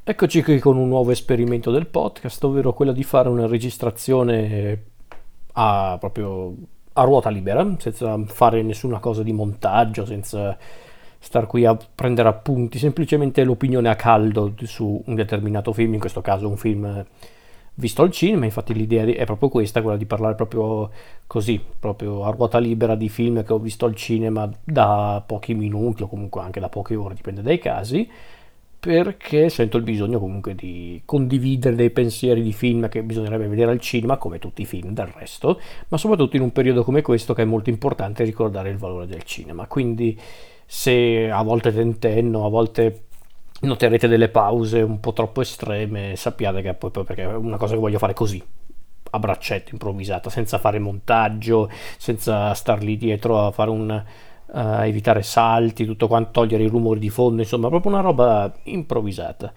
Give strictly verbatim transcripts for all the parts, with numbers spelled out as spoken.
Eccoci qui con un nuovo esperimento del podcast, ovvero quello di fare una registrazione a, proprio a ruota libera, senza fare nessuna cosa di montaggio, senza star qui a prendere appunti, semplicemente l'opinione a caldo su un determinato film, in questo caso un film visto al cinema. Infatti l'idea è proprio questa, quella di parlare proprio così, proprio a ruota libera di film che ho visto al cinema da pochi minuti o comunque anche da poche ore, dipende dai casi, perché sento il bisogno comunque di condividere dei pensieri di film che bisognerebbe vedere al cinema, come tutti i film del resto, ma soprattutto in un periodo come questo che è molto importante ricordare il valore del cinema. Quindi se a volte tentenno, a volte noterete delle pause un po' troppo estreme, sappiate che è poi perché è una cosa che voglio fare così, a braccetto, improvvisata, senza fare montaggio, senza star lì dietro a fare un a evitare salti, tutto quanto, togliere i rumori di fondo, insomma, proprio una roba improvvisata.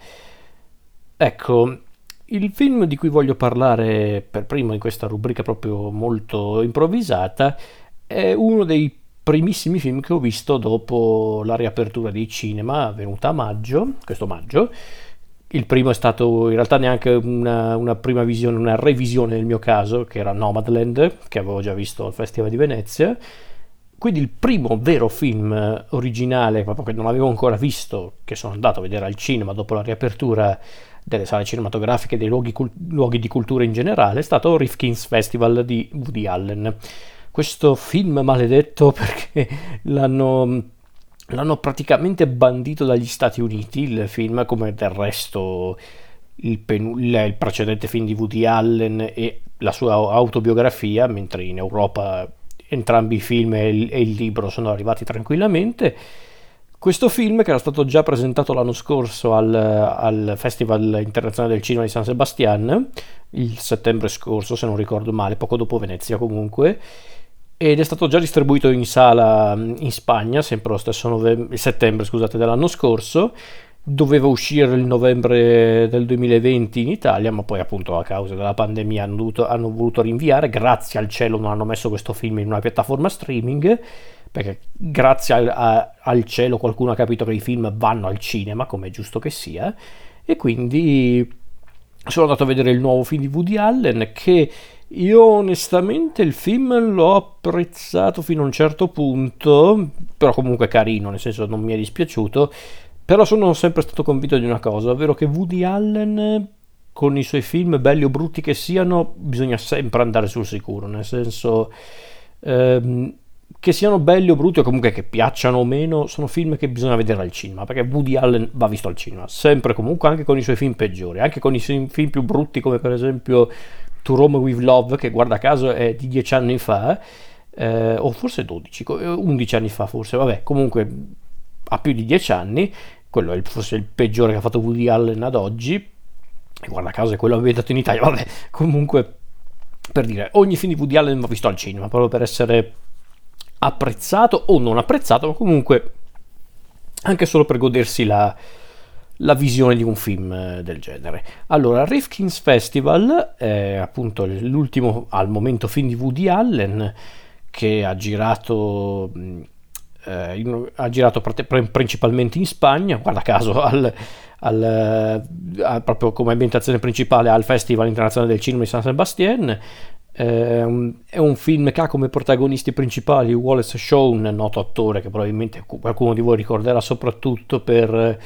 Ecco, il film di cui voglio parlare per primo in questa rubrica proprio molto improvvisata è uno dei primissimi film che ho visto dopo la riapertura dei cinema, avvenuta a maggio, questo maggio. Il primo è stato in realtà neanche una, una prima visione, una revisione nel mio caso, che era Nomadland, che avevo già visto al Festival di Venezia. Quindi il primo vero film originale, proprio che non avevo ancora visto, che sono andato a vedere al cinema dopo la riapertura delle sale cinematografiche e dei luoghi, cul- luoghi di cultura in generale, è stato Rifkin's Festival di Woody Allen. Questo film maledetto perché l'hanno, l'hanno praticamente bandito dagli Stati Uniti, il film, come del resto il, pen- il il precedente film di Woody Allen e la sua autobiografia, mentre in Europa entrambi i film e il, e il libro sono arrivati tranquillamente. Questo film, che era stato già presentato l'anno scorso al, al Festival Internazionale del Cinema di San Sebastian, il settembre scorso se non ricordo male, poco dopo Venezia comunque, ed è stato già distribuito in sala in Spagna, sempre lo stesso nove- settembre, scusate, dell'anno scorso. Doveva uscire il novembre del duemilaventi in Italia, ma poi appunto a causa della pandemia hanno, dovuto, hanno voluto rinviare. Grazie al cielo non hanno messo questo film in una piattaforma streaming, perché grazie a, a, al cielo qualcuno ha capito che i film vanno al cinema, come è giusto che sia, e quindi sono andato a vedere il nuovo film di Woody Allen, che io onestamente il film l'ho apprezzato fino a un certo punto, però comunque carino, nel senso non mi è dispiaciuto. Però sono sempre stato convinto di una cosa, ovvero che Woody Allen, con i suoi film, belli o brutti che siano, bisogna sempre andare sul sicuro, nel senso ehm, che siano belli o brutti o comunque che piacciono o meno, sono film che bisogna vedere al cinema, perché Woody Allen va visto al cinema, sempre comunque, anche con i suoi film peggiori, anche con i suoi film più brutti come per esempio To Rome with Love, che guarda caso è di dieci anni fa, eh, o forse dodici, undici anni fa forse, vabbè, comunque ha più di dieci anni. Quello è il, forse il peggiore che ha fatto Woody Allen ad oggi, e guarda caso è quello ambientato in Italia, vabbè, comunque, per dire, ogni film di Woody Allen va visto al cinema, proprio per essere apprezzato o non apprezzato, ma comunque anche solo per godersi la, la visione di un film del genere. Allora, Rifkin's Festival è appunto l'ultimo al momento film di Woody Allen, che ha girato eh, in- ha girato prate- pre- principalmente in Spagna, guarda caso al, al, eh, proprio come ambientazione principale al Festival Internazionale del Cinema di San Sebastián. Ehm, è un film che ha come protagonisti principali Wallace Shawn, noto attore che probabilmente qualcuno di voi ricorderà soprattutto per,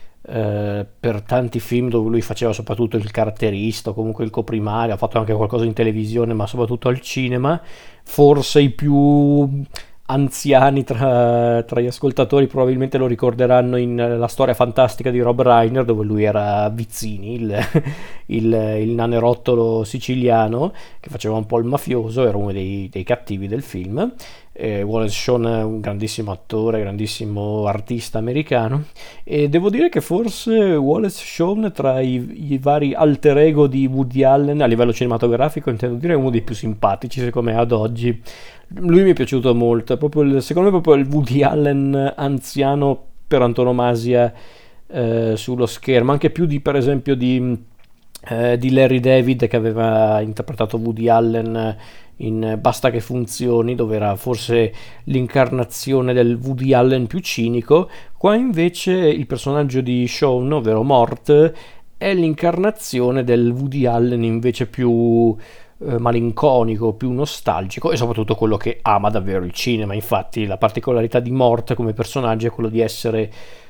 eh, per tanti film dove lui faceva soprattutto il caratterista o comunque il coprimario. Ha fatto anche qualcosa in televisione, ma soprattutto al cinema. Forse i più anziani tra, tra gli ascoltatori probabilmente lo ricorderanno in La storia fantastica di Rob Reiner, dove lui era Vizzini, il, il, il nanerottolo siciliano che faceva un po' il mafioso, era uno dei, dei cattivi del film. Eh, Wallace Shawn è un grandissimo attore, grandissimo artista americano, e devo dire che forse Wallace Shawn, tra i, i vari alter ego di Woody Allen a livello cinematografico, intendo dire, è uno dei più simpatici secondo me ad oggi. Lui mi è piaciuto molto, è proprio il, secondo me è proprio il Woody Allen anziano per antonomasia eh, sullo schermo, anche più di per esempio di, eh, di Larry David, che aveva interpretato Woody Allen in Basta che funzioni, dove era forse l'incarnazione del Woody Allen più cinico. Qua invece il personaggio di Sean, ovvero Mort, è l'incarnazione del Woody Allen invece più eh, malinconico, più nostalgico e soprattutto quello che ama davvero il cinema. Infatti la particolarità di Mort come personaggio è quello di essere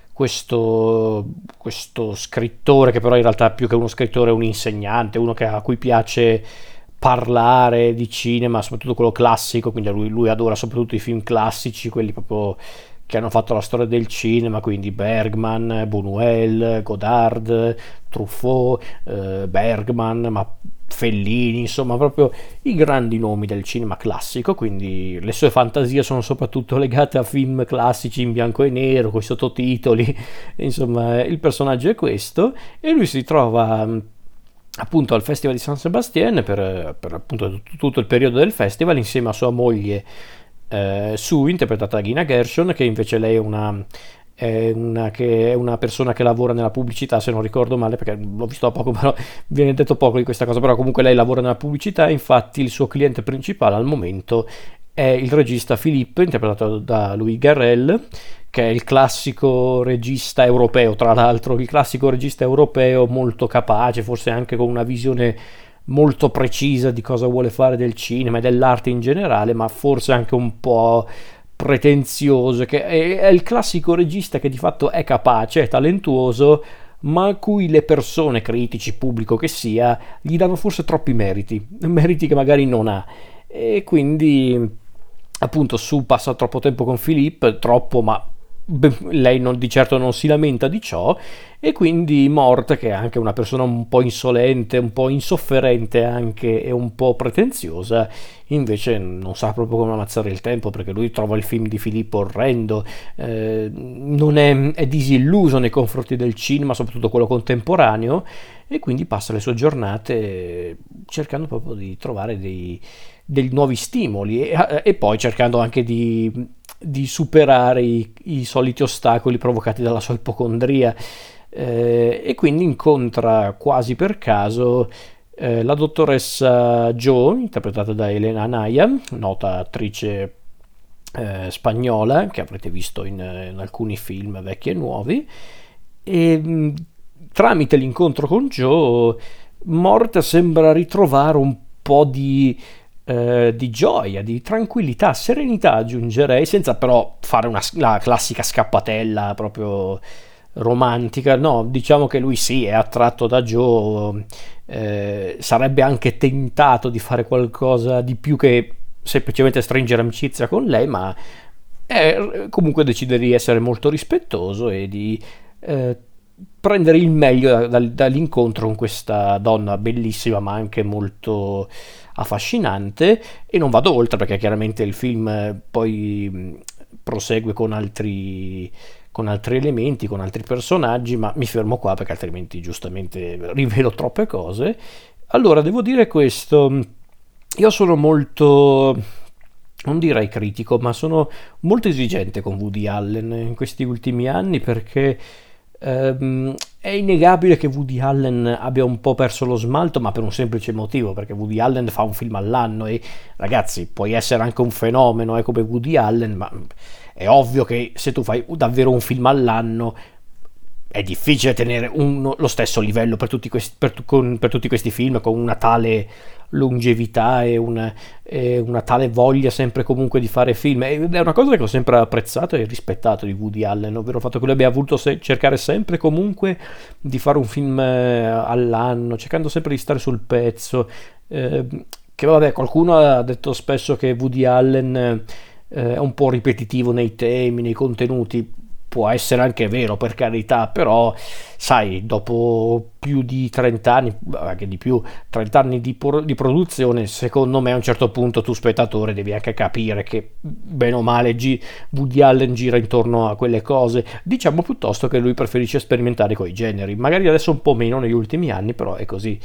questo, questo scrittore, che però in realtà più che uno scrittore è un insegnante, uno che, a cui piace parlare di cinema, soprattutto quello classico, quindi lui, lui adora soprattutto i film classici, quelli proprio che hanno fatto la storia del cinema, quindi Bergman, Buñuel, Godard, Truffaut, eh, Bergman, ma Fellini, insomma proprio i grandi nomi del cinema classico. Quindi le sue fantasie sono soprattutto legate a film classici in bianco e nero con i sottotitoli, insomma il personaggio è questo, e lui si trova appunto al Festival di San Sebastián per, per appunto tutto il periodo del festival insieme a sua moglie eh, Sue, interpretata da Gina Gershon, che invece lei è una, è una, che è una persona che lavora nella pubblicità, se non ricordo male, perché l'ho visto da poco, però viene detto poco di questa cosa, però comunque lei lavora nella pubblicità. Infatti il suo cliente principale al momento è il regista Philippe, interpretato da Louis Garrel, che è il classico regista europeo, tra l'altro, il classico regista europeo molto capace, forse anche con una visione molto precisa di cosa vuole fare del cinema e dell'arte in generale, ma forse anche un po' pretenzioso, che è, è il classico regista che di fatto è capace, è talentuoso, ma a cui le persone, critici, pubblico che sia, gli danno forse troppi meriti, meriti che magari non ha. E quindi appunto Sue passa troppo tempo con Philippe, troppo, ma lei non, di certo non si lamenta di ciò, e quindi Mort, che è anche una persona un po' insolente, un po' insofferente anche e un po' pretenziosa, invece non sa proprio come ammazzare il tempo, perché lui trova il film di Filippo orrendo, eh, non è, è disilluso nei confronti del cinema, soprattutto quello contemporaneo, e quindi passa le sue giornate cercando proprio di trovare dei, dei nuovi stimoli e, e poi cercando anche di di superare i, i soliti ostacoli provocati dalla sua ipocondria, eh, e quindi incontra quasi per caso eh, la dottoressa Jo, interpretata da Elena Anaya, nota attrice eh, spagnola che avrete visto in, in alcuni film vecchi e nuovi, e mh, tramite l'incontro con Jo Mort sembra ritrovare un po' di eh, di gioia, di tranquillità, serenità aggiungerei, senza però fare una, la classica scappatella proprio romantica. No, diciamo che lui sì, è attratto da Jo, eh, sarebbe anche tentato di fare qualcosa di più che semplicemente stringere amicizia con lei, ma è, comunque decide di essere molto rispettoso e di eh, prendere il meglio da, da, dall'incontro con questa donna bellissima ma anche molto affascinante. E non vado oltre perché chiaramente il film poi prosegue con altri con altri elementi, con altri personaggi, ma mi fermo qua perché altrimenti giustamente rivelo troppe cose. Allora devo dire questo: io sono molto, non direi critico, ma sono molto esigente con Woody Allen in questi ultimi anni, perché ehm, è innegabile che Woody Allen abbia un po' perso lo smalto, ma per un semplice motivo, perché Woody Allen fa un film all'anno e ragazzi, puoi essere anche un fenomeno eh, come Woody Allen, ma è ovvio che se tu fai davvero un film all'anno è difficile tenere un, lo stesso livello per tutti, questi, per, con, per tutti questi film con una tale longevità e una, e una tale voglia sempre comunque di fare film. Ed è una cosa che ho sempre apprezzato e rispettato di Woody Allen, ovvero il fatto che lui abbia voluto se- cercare sempre comunque di fare un film eh, all'anno, cercando sempre di stare sul pezzo, eh, che vabbè, qualcuno ha detto spesso che Woody Allen eh, è un po' ripetitivo nei temi, nei contenuti. Può essere anche vero, per carità, però sai, dopo più di trenta anni, anche di più, trenta anni di, por- di produzione, secondo me a un certo punto tu spettatore devi anche capire che bene o male G- Woody Allen gira intorno a quelle cose. Diciamo piuttosto che lui preferisce sperimentare coi generi, magari adesso un po' meno negli ultimi anni, però è così.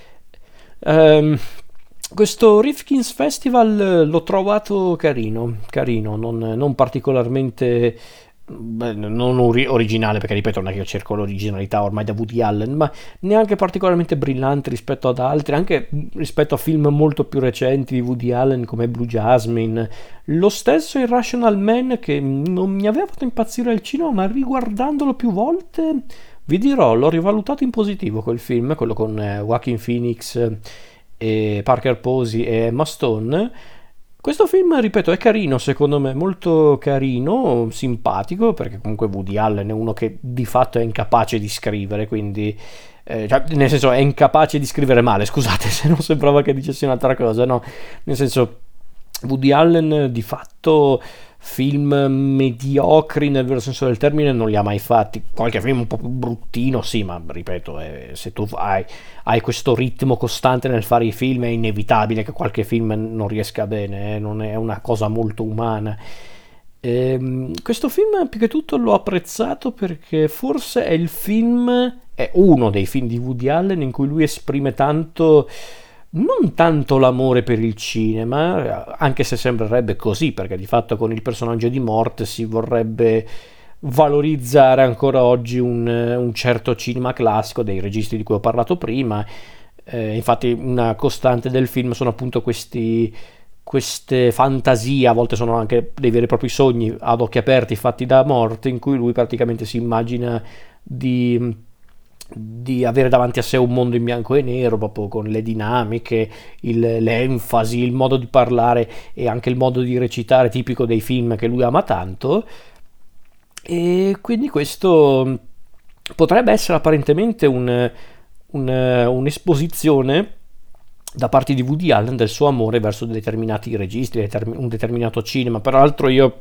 Ehm, questo Rifkin's Festival l'ho trovato carino, carino, non, non particolarmente beh, non ori- originale, perché ripeto, non è che io cerco l'originalità ormai da Woody Allen, ma neanche particolarmente brillante rispetto ad altri, anche rispetto a film molto più recenti di Woody Allen come Blue Jasmine. Lo stesso Irrational Man, che non mi aveva fatto impazzire al cinema, ma riguardandolo più volte, vi dirò, l'ho rivalutato in positivo quel film, quello con eh, Joaquin Phoenix, eh, e Parker Posey e Emma Stone. Questo film, ripeto, è carino, secondo me, molto carino, simpatico, perché comunque Woody Allen è uno che di fatto è incapace di scrivere, quindi, eh, cioè, nel senso, è incapace di scrivere male, scusate se non sembrava che dicessi un'altra cosa, no? Nel senso, Woody Allen di fatto film mediocri nel vero senso del termine non li ha mai fatti. Qualche film un po' più bruttino, sì, ma ripeto, eh, se tu hai, hai questo ritmo costante nel fare i film, è inevitabile che qualche film non riesca bene, eh, non è una cosa molto umana. Ehm, questo film più che tutto l'ho apprezzato perché forse è il film, è uno dei film di Woody Allen in cui lui esprime tanto, non tanto l'amore per il cinema, anche se sembrerebbe così, perché di fatto con il personaggio di Mort si vorrebbe valorizzare ancora oggi un, un certo cinema classico dei registi di cui ho parlato prima. Eh, infatti una costante del film sono appunto questi, queste fantasie, a volte sono anche dei veri e propri sogni ad occhi aperti fatti da Mort, in cui lui praticamente si immagina di di avere davanti a sé un mondo in bianco e nero, proprio con le dinamiche, il, l'enfasi, il modo di parlare e anche il modo di recitare tipico dei film che lui ama tanto. E quindi questo potrebbe essere apparentemente un, un, un'esposizione da parte di Woody Allen del suo amore verso determinati registi, un determinato cinema. Peraltro io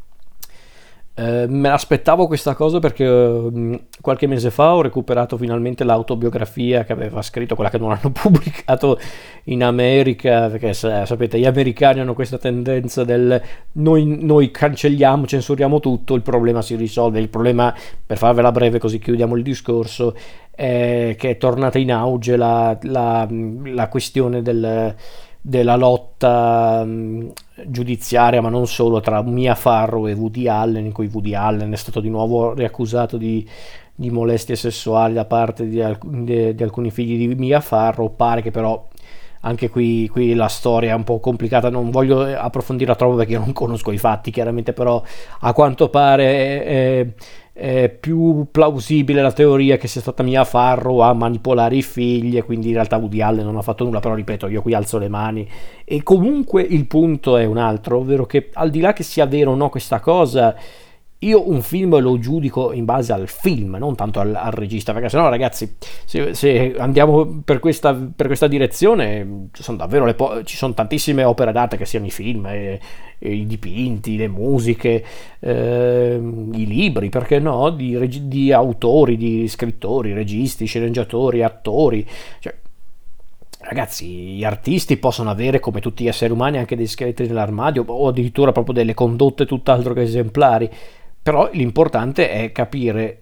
Eh, me l'aspettavo questa cosa perché eh, qualche mese fa ho recuperato finalmente l'autobiografia che aveva scritto, quella che non hanno pubblicato in America, perché sa- sapete, gli americani hanno questa tendenza del noi, noi cancelliamo, censuriamo tutto, il problema si risolve. Il problema, per farvela breve così chiudiamo il discorso, è che è tornata in auge la, la, la questione del della lotta mh, giudiziaria, ma non solo, tra Mia Farrow e Woody Allen, in cui Woody Allen è stato di nuovo riaccusato di, di molestie sessuali da parte di, alc- de- di alcuni figli di Mia Farrow. Pare che però anche qui, qui la storia è un po' complicata, non voglio approfondirla troppo perché io non conosco i fatti chiaramente, però a quanto pare è, è più plausibile la teoria che sia stata Mia Farrow a manipolare i figli e quindi in realtà Woody Allen non ha fatto nulla. Però ripeto, io qui alzo le mani. E comunque il punto è un altro, ovvero che al di là che sia vero o no questa cosa, io un film lo giudico in base al film, non tanto al, al regista, perché sennò ragazzi, se, se andiamo per questa, per questa direzione, ci sono davvero le po- ci sono tantissime opere d'arte, che siano i film, e, e i dipinti, le musiche, eh, i libri, perché no, di, regi- di autori, di scrittori, registi, sceneggiatori, attori, cioè, ragazzi, gli artisti possono avere, come tutti gli esseri umani, anche dei scheletri nell'armadio o addirittura proprio delle condotte tutt'altro che esemplari. Però l'importante è capire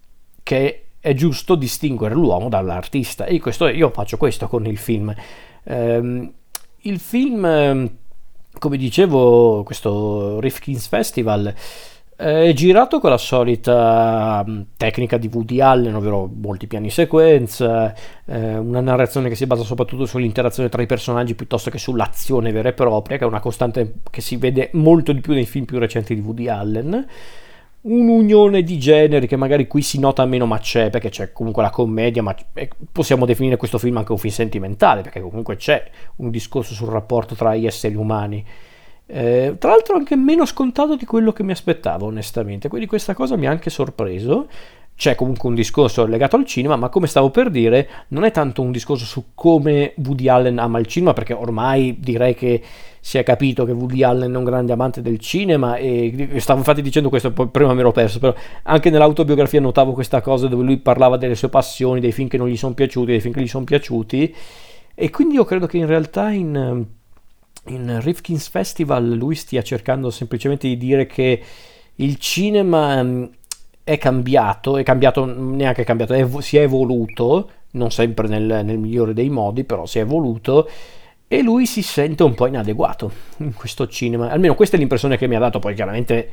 che è giusto distinguere l'uomo dall'artista. E questo, io faccio questo con il film. Ehm, il film, ehm, come dicevo, questo Rifkin's Festival è girato con la solita mh, tecnica di Woody Allen, ovvero molti piani sequenza, eh, una narrazione che si basa soprattutto sull'interazione tra i personaggi piuttosto che sull'azione vera e propria, che è una costante che si vede molto di più nei film più recenti di Woody Allen. Un'unione di generi che magari qui si nota meno, ma c'è, perché c'è comunque la commedia, ma possiamo definire questo film anche un film sentimentale, perché comunque c'è un discorso sul rapporto tra gli esseri umani. Eh, tra l'altro anche meno scontato di quello che mi aspettavo onestamente, quindi questa cosa mi ha anche sorpreso. C'è comunque un discorso legato al cinema, ma come stavo per dire non è tanto un discorso su come Woody Allen ama il cinema, perché ormai direi che si è capito che Woody Allen è un grande amante del cinema, e stavo infatti dicendo questo, poi prima mi ero perso, però anche nell'autobiografia notavo questa cosa dove lui parlava delle sue passioni, dei film che non gli sono piaciuti, dei film che gli sono piaciuti. E quindi io credo che in realtà in in Rifkin's Festival lui stia cercando semplicemente di dire che il cinema mh, è cambiato, è cambiato, neanche cambiato, è, si è evoluto, non sempre nel, nel migliore dei modi, però si è evoluto, e lui si sente un po' inadeguato in questo cinema. Almeno questa è l'impressione che mi ha dato, poi chiaramente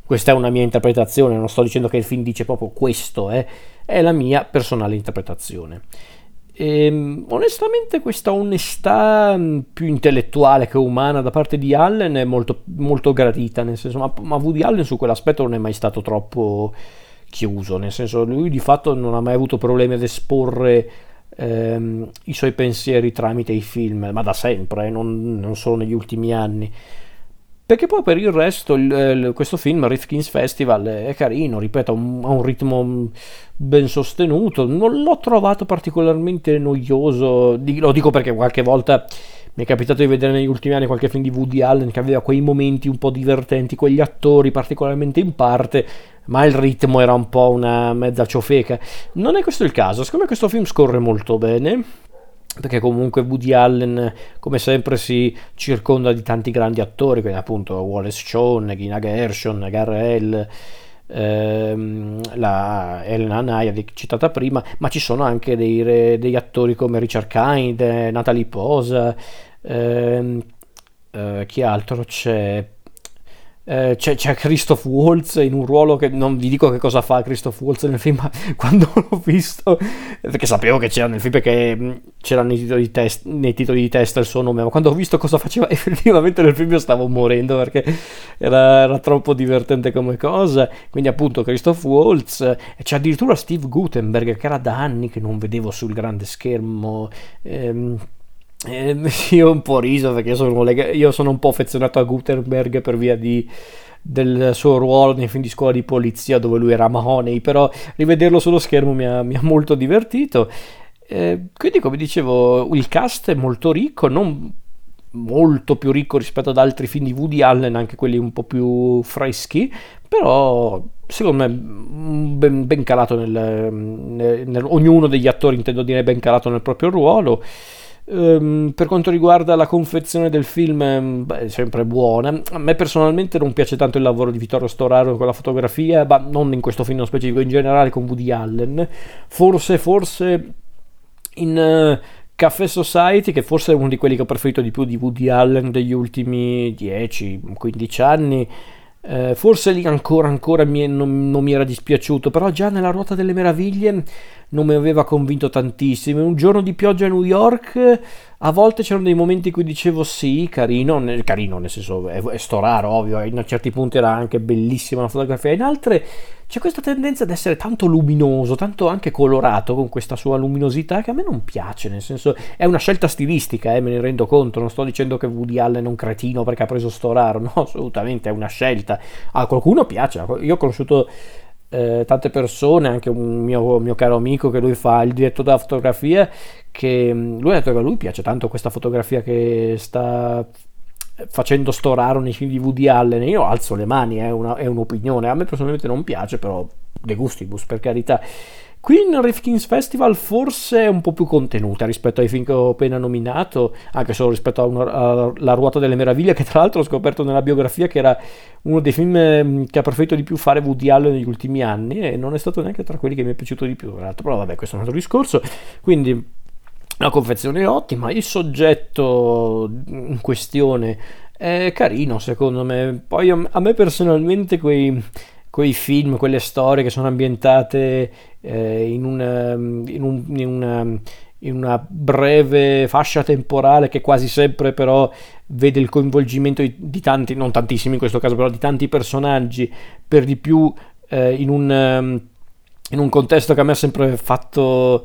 questa è una mia interpretazione, non sto dicendo che il film dice proprio questo, eh, è la mia personale interpretazione. E, onestamente questa onestà più intellettuale che umana da parte di Allen è molto, molto gradita, nel senso, ma, ma Woody Allen su quell'aspetto non è mai stato troppo chiuso, nel senso lui di fatto non ha mai avuto problemi ad esporre ehm, i suoi pensieri tramite i film, ma da sempre, eh, non, non solo negli ultimi anni. Perché poi per il resto il- il- questo film, Rifkin's Festival, è carino, ripeto, ha un, ha un ritmo ben sostenuto, non l'ho trovato particolarmente noioso, di- lo dico perché qualche volta mi è capitato di vedere negli ultimi anni qualche film di Woody Allen che aveva quei momenti un po' divertenti, quegli attori particolarmente in parte, ma il ritmo era un po' una mezza ciofeca. Non è questo il caso, secondo me questo film scorre molto bene, perché comunque Woody Allen come sempre si circonda di tanti grandi attori, quindi appunto Wallace Shawn, Gina Gershon, Garrel, ehm, la Elena Nayar citata prima, ma ci sono anche dei, re- degli attori come Richard Kind, eh, Natalie Posa, ehm, eh, chi altro c'è? Eh, c'è, c'è Christoph Waltz in un ruolo che non vi dico che cosa fa Christoph Waltz nel film, ma quando l'ho visto, perché sapevo che c'era nel film perché mh, c'era nei titoli di test, nei titoli di testa il suo nome, ma quando ho visto cosa faceva effettivamente nel film io stavo morendo perché era, era troppo divertente come cosa. Quindi appunto Christoph Waltz, e c'è addirittura Steve Guttenberg che era da anni che non vedevo sul grande schermo. ehm, eh, io ho un po' riso perché io sono, lega- io sono un po' affezionato a Gutenberg per via di- del suo ruolo nei film di scuola di polizia dove lui era Mahoney, però rivederlo sullo schermo mi ha, mi ha molto divertito. Eh, quindi come dicevo il cast è molto ricco, non molto più ricco rispetto ad altri film di Woody Allen, anche quelli un po' più freschi, però secondo me mm, ben, ben calato nel, nel- nel- ognuno degli attori intendo dire ben calato nel proprio ruolo. Ehm, per quanto riguarda la confezione del film, ehm, beh, è sempre buona. A me personalmente non piace tanto il lavoro di Vittorio Storaro con la fotografia, ma non in questo film nello specifico, in generale con Woody Allen. Forse, forse in eh, Café Society, che forse è uno di quelli che ho preferito di più di Woody Allen degli ultimi dieci quindici anni. Eh, forse lì ancora ancora mi è- non, non mi era dispiaciuto, però già nella Ruota delle Meraviglie non mi aveva convinto tantissimo. Un giorno di pioggia a New York, a volte c'erano dei momenti in cui dicevo sì, carino, nel, carino nel senso è, è sto raro, ovvio, in certi punti era anche bellissima la fotografia, in altre c'è questa tendenza ad essere tanto luminoso, tanto anche colorato con questa sua luminosità che a me non piace, nel senso è una scelta stilistica, eh, me ne rendo conto, non sto dicendo che Woody Allen è un cretino perché ha preso sto raro, no, assolutamente è una scelta. A qualcuno piace, io ho conosciuto eh, tante persone, anche un mio, mio caro amico che lui fa il direttore della fotografia, che mh, lui ha detto che a lui piace tanto questa fotografia che sta facendo sto raro nei film di Woody Allen. Io alzo le mani, è, una, è un'opinione, a me personalmente non piace, però de gustibus per carità. Qui in Rifkin's Festival forse è un po' più contenuta rispetto ai film che ho appena nominato, anche solo rispetto a, una- a La Ruota delle Meraviglie, che tra l'altro ho scoperto nella biografia che era uno dei film ehm, che ha preferito di più fare Woody Allen negli ultimi anni e non è stato neanche tra quelli che mi è piaciuto di più, tra l'altro, però vabbè, questo è un altro discorso. Quindi la confezione è ottima, il soggetto in questione è carino secondo me. Poi a a me personalmente quei, quei film, quelle storie che sono ambientate eh, in, un, ehm, in, un- in una, in una breve fascia temporale che quasi sempre però vede il coinvolgimento di, di tanti, non tantissimi in questo caso, però di tanti personaggi, per di più eh, in un, ehm, in un contesto che a me ha sempre fatto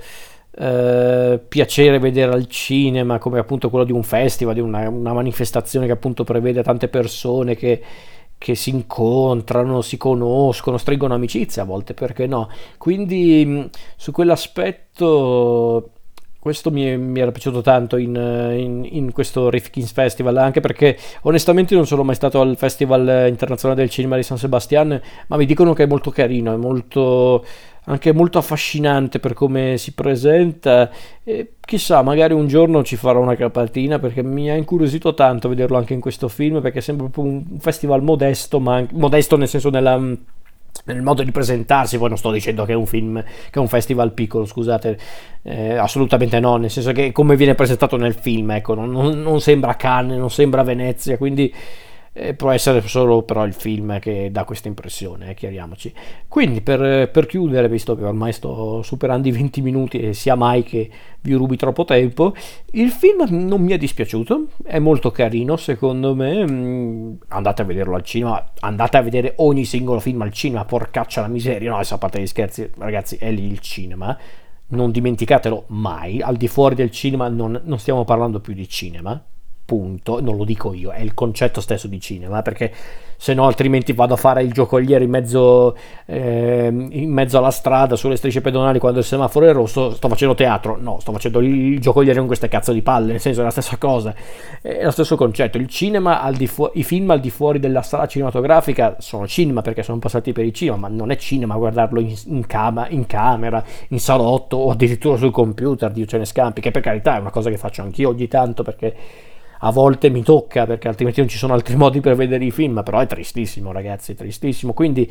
eh, piacere vedere al cinema, come appunto quello di un festival, di una, una manifestazione che appunto prevede tante persone che, che si incontrano, si conoscono, stringono amicizia a volte, perché no? Quindi mh, su quell'aspetto questo mi, mi era piaciuto tanto in, in, in questo Rifkin's Festival, anche perché onestamente non sono mai stato al Festival internazionale del cinema di San Sebastian, ma mi dicono che è molto carino, è molto anche molto affascinante per come si presenta e chissà, magari un giorno ci farò una capatina perché mi ha incuriosito tanto vederlo anche in questo film, perché è sempre proprio un festival modesto, ma anche, modesto nel senso nella, nel modo di presentarsi. Poi non sto dicendo che è un film, che è un festival piccolo, scusate, eh, assolutamente no, nel senso che come viene presentato nel film, ecco, non, non- non sembra Cannes, non sembra Venezia, quindi Eh, può essere solo però il film che dà questa impressione, eh, chiariamoci. Quindi per, per chiudere, visto che ormai sto superando i venti minuti e sia mai che vi rubi troppo tempo, il film non mi è dispiaciuto, è molto carino secondo me. Mm, andate a vederlo al cinema, andate a vedere ogni singolo film al cinema, porcaccia la miseria, no, adesso a parte gli scherzi, ragazzi, è lì il cinema. Non dimenticatelo mai, al di fuori del cinema non, non stiamo parlando più di cinema, punto, non lo dico io, è il concetto stesso di cinema, perché se no altrimenti vado a fare il giocoliere in mezzo, eh, in mezzo alla strada, sulle strisce pedonali quando il semaforo è rosso, sto facendo teatro, no, sto facendo il giocoliere con queste cazzo di palle, nel senso è la stessa cosa, è lo stesso concetto, il cinema, al di fu- i film al di fuori della sala cinematografica sono cinema perché sono passati per il cinema, ma non è cinema guardarlo in, in, cama, in camera, in salotto o addirittura sul computer, Dio ce ne scampi, che per carità è una cosa che faccio anch'io ogni tanto perché a volte mi tocca perché altrimenti non ci sono altri modi per vedere i film, però è tristissimo ragazzi, tristissimo, quindi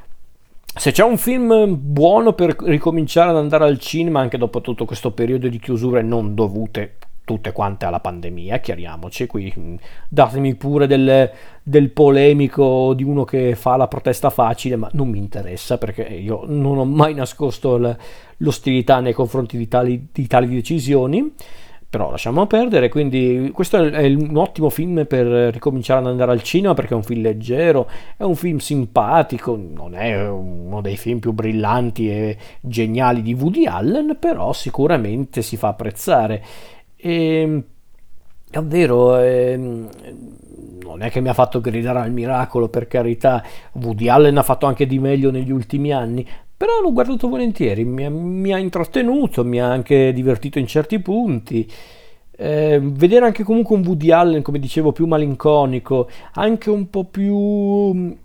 se c'è un film buono per ricominciare ad andare al cinema anche dopo tutto questo periodo di chiusure non dovute tutte quante alla pandemia, chiariamoci, qui datemi pure del, del polemico di uno che fa la protesta facile, ma non mi interessa perché io non ho mai nascosto l'ostilità nei confronti di tali, di tali decisioni. Però lasciamo perdere, quindi questo è un ottimo film per ricominciare ad andare al cinema perché è un film leggero, è un film simpatico, non è uno dei film più brillanti e geniali di Woody Allen, però sicuramente si fa apprezzare. E davvero, eh, non è che mi ha fatto gridare al miracolo, per carità, Woody Allen ha fatto anche di meglio negli ultimi anni, però l'ho guardato volentieri, mi ha, mi ha intrattenuto, mi ha anche divertito in certi punti. Eh, vedere anche comunque un Woody Allen, come dicevo, più malinconico, anche un po' più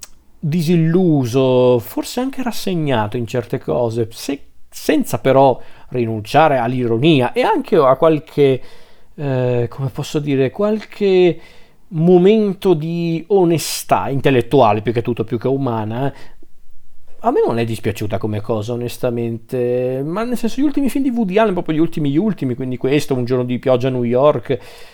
disilluso, forse anche rassegnato in certe cose, se, senza però rinunciare all'ironia e anche a qualche, eh, come posso dire, qualche momento di onestà intellettuale più che tutto, più che umana. A me non è dispiaciuta come cosa, onestamente, ma nel senso gli ultimi film di Woody Allen, proprio gli ultimi gli ultimi, quindi questo, Un giorno di pioggia a New York,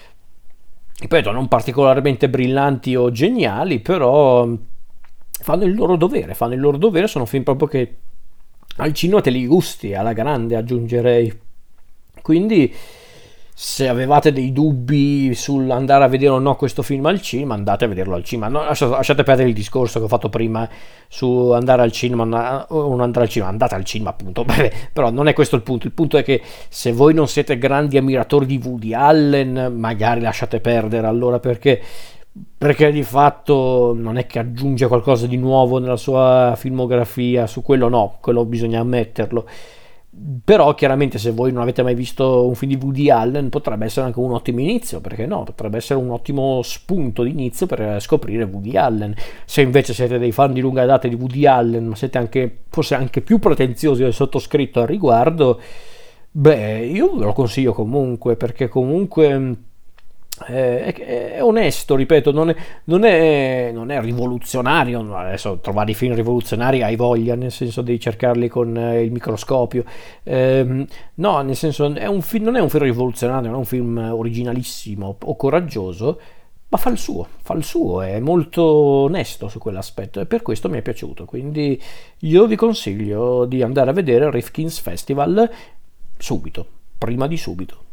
ripeto, non particolarmente brillanti o geniali, però fanno il loro dovere, fanno il loro dovere, sono film proprio che al cinema te li gusti, alla grande aggiungerei. Quindi se avevate dei dubbi sull'andare a vedere o no questo film al cinema, andate a vederlo al cinema. No, lasciate, lasciate perdere il discorso che ho fatto prima su andare al cinema o non andare al cinema, andate al cinema appunto. Beh, però non è questo il punto. Il punto è che se voi non siete grandi ammiratori di Woody Allen, magari lasciate perdere allora perché perché di fatto non è che aggiunge qualcosa di nuovo nella sua filmografia, su quello no, quello bisogna ammetterlo. Però chiaramente se voi non avete mai visto un film di Woody Allen potrebbe essere anche un ottimo inizio, perché no, potrebbe essere un ottimo spunto di inizio per scoprire Woody Allen. Se invece siete dei fan di lunga data di Woody Allen, ma siete anche forse anche più pretenziosi del sottoscritto al riguardo, beh, io ve lo consiglio comunque, perché comunque è, è onesto, ripeto, non è, non è, non è rivoluzionario. Adesso trovare i film rivoluzionari hai voglia, nel senso devi cercarli con eh, il microscopio. Ehm, no, nel senso è un film, non è un film rivoluzionario, non è un film originalissimo o coraggioso, ma fa il suo, fa il suo, è molto onesto su quell'aspetto e per questo mi è piaciuto. Quindi io vi consiglio di andare a vedere Rifkin's Festival subito, prima di subito.